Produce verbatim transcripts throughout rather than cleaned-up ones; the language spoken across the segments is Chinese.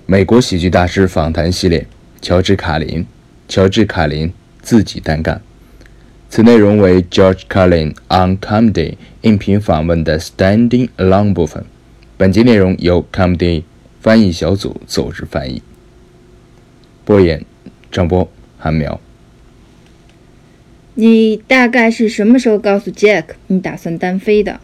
美国喜剧大师访谈系列，乔治·卡林，乔治·卡林自己单干。此内容为 George Carlin on Comedy 音频访问的 Standing Alone 部分。本集内容由 Comedy 翻译小组走日翻译。播演张波、韩苗。 你大概是什么时候告诉 Jack 你打算单飞的？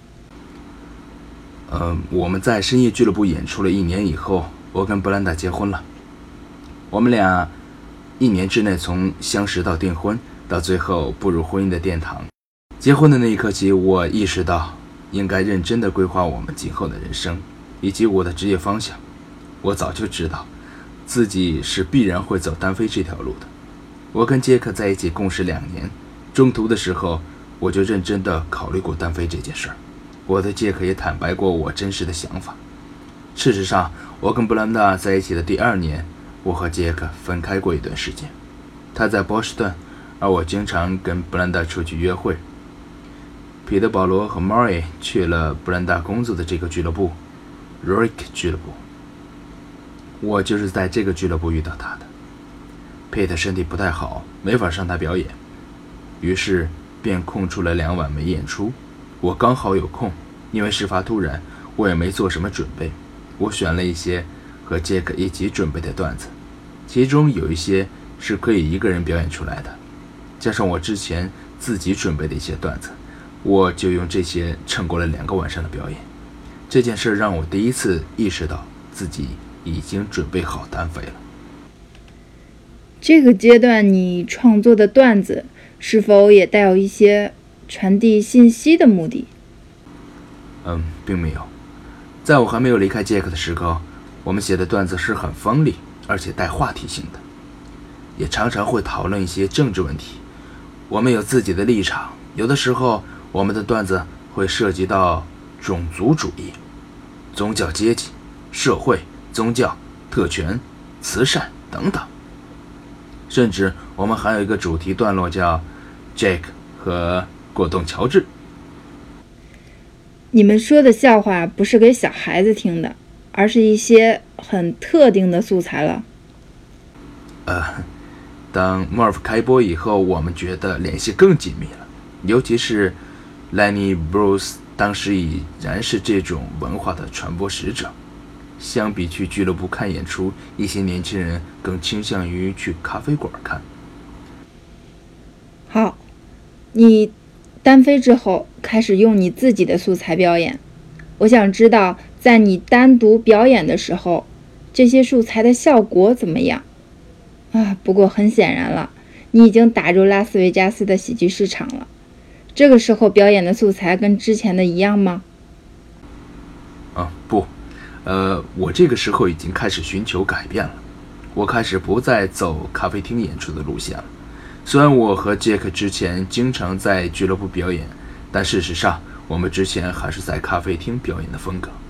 呃，我们在深夜俱乐部演出了一年以后，我跟布兰达结婚了。我们俩一年之内从相识到订婚，到最后步入婚姻的殿堂。结婚的那一刻起，我意识到应该认真地规划我们今后的人生以及我的职业方向。我早就知道自己是必然会走单飞这条路的。我跟杰克在一起共事两年，中途的时候我就认真地考虑过单飞这件事儿。我对杰克也坦白过我真实的想法。事实上，我跟布兰达在一起的第二年，我和杰克分开过一段时间。他在波士顿，而我经常跟布兰达出去约会。彼得、保罗和 Murray 去了布兰达工作的这个俱乐部 Rick 俱乐部。我就是在这个俱乐部遇到他的。Pete 身体不太好，没法上台表演，于是便空出了两晚没演出。我刚好有空，因为事发突然，我也没做什么准备。我选了一些和杰克一起准备的段子，其中有一些是可以一个人表演出来的，加上我之前自己准备的一些段子，我就用这些撑过了两个晚上的表演。这件事让我第一次意识到自己已经准备好单飞了。 这个阶段你创作的段子是否也带有一些传递信息的目的？ 嗯，并没有。在我还没有离开杰克的时候，我们写的段子是很锋利而且带话题性的，也常常会讨论一些政治问题。我们有自己的立场，有的时候我们的段子会涉及到种族主义、宗教阶级、社会、宗教、特权、慈善等等。甚至我们还有一个主题段落叫 Jack 和果冻乔治。 你们说的笑话不是给小孩子听的，而是一些很特定的素材了。 呃，当 Murph 开播以后，我们觉得联系更紧密了，尤其是 Lenny Bruce 当时已然是这种文化的传播使者。相比去俱乐部看演出，一些年轻人更倾向于去咖啡馆看。 好，你单飞之后开始用你自己的素材表演，我想知道在你单独表演的时候，这些素材的效果怎么样啊？不过很显然了，你已经打入拉斯维加斯的喜剧市场了。这个时候表演的素材跟之前的一样吗？ 啊，不。呃，我这个时候已经开始寻求改变了，我开始不再走咖啡厅演出的路线了。虽然我和杰克之前经常在俱乐部表演，但事实上我们之前还是在咖啡厅表演的风格。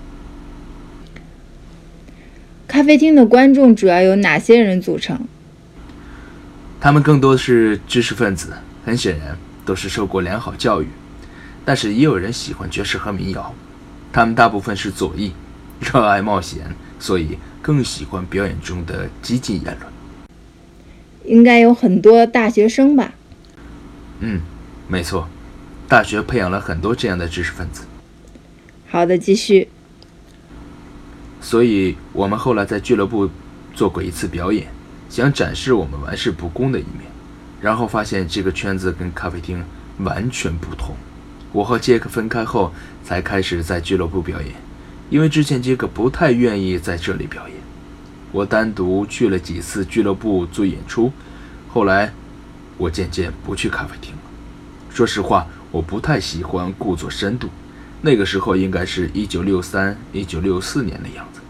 咖啡厅的观众主要由哪些人组成？ 他们更多是知识分子，很显然都是受过良好教育，但是也有人喜欢爵士和民谣。他们大部分是左翼，热爱冒险，所以更喜欢表演中的激进言论。 应该有很多大学生吧？ 嗯，没错，大学培养了很多这样的知识分子。 好的，继续。 所以我们后来在俱乐部做过一次表演，想展示我们玩世不恭的一面，然后发现这个圈子跟咖啡厅完全不同。我和杰克分开后才开始在俱乐部表演，因为之前杰克不太愿意在这里表演。我单独去了几次俱乐部做演出，后来我渐渐不去咖啡厅了。说实话，我不太喜欢故作深度，那个时候应该是一九六三、一九六四年的样子。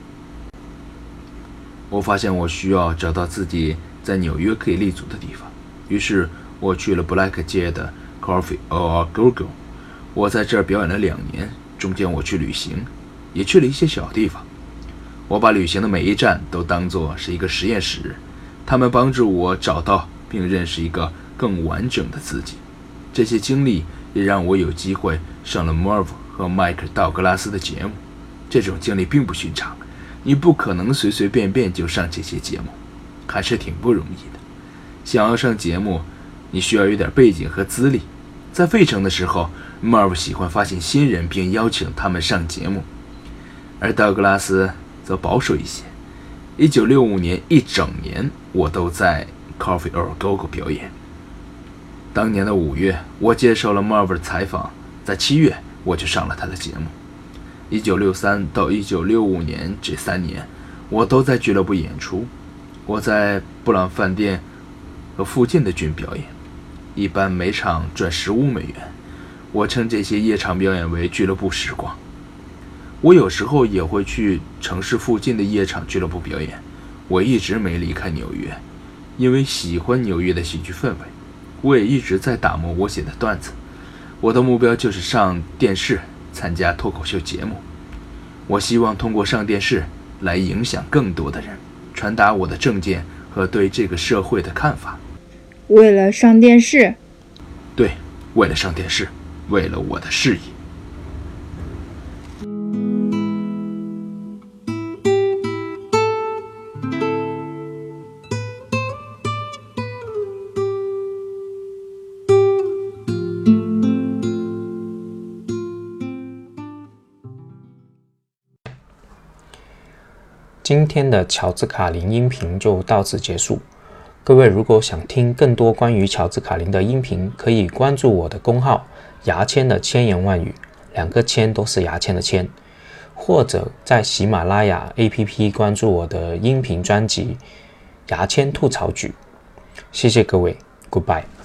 我发现我需要找到自己在纽约可以立足的地方，于是我去了布莱克街的 Coffee or Go-Go。我在这儿表演了两年，中间我去旅行，也去了一些小地方。我把旅行的每一站都当作是一个实验室，他们帮助我找到并认识一个更完整的自己。这些经历也让我有机会上了 Merv 和迈克·道格拉斯的节目。这种经历并不寻常， 你不可能随随便便就上这些节目，还是挺不容易的。想要上节目，你需要有点背景和资历。在费城的时候 Merv 喜欢发现新人并邀请他们上节目，而道格拉斯则保守一些。一九六五年一整年我都在 Coffee or Go-Go 表演。当年的五月，我接受了 Merv 的采访，在七月我就上了他的节目。一九六三到一九六五年这三年，我都在俱乐部演出。我在布朗饭店和附近的军表演，一般每场赚十五美元。我称这些夜场表演为俱乐部时光。我有时候也会去城市附近的夜场俱乐部表演。我一直没离开纽约，因为喜欢纽约的喜剧氛围。我也一直在打磨我写的段子。我的目标就是上电视，参加脱口秀节目。我希望通过上电视来影响更多的人，传达我的政见和对这个社会的看法。 为了上电视？ 对，为了上电视，为了我的事业。 今天的乔治卡林音频就到此结束。各位如果想听更多关于乔治卡林的音频，可以关注我的公号牙签的千言万语，两个签都是牙签的签，或者在喜马拉雅 A P P 关注我的音频专辑牙签吐槽局。谢谢各位 ，Goodbye。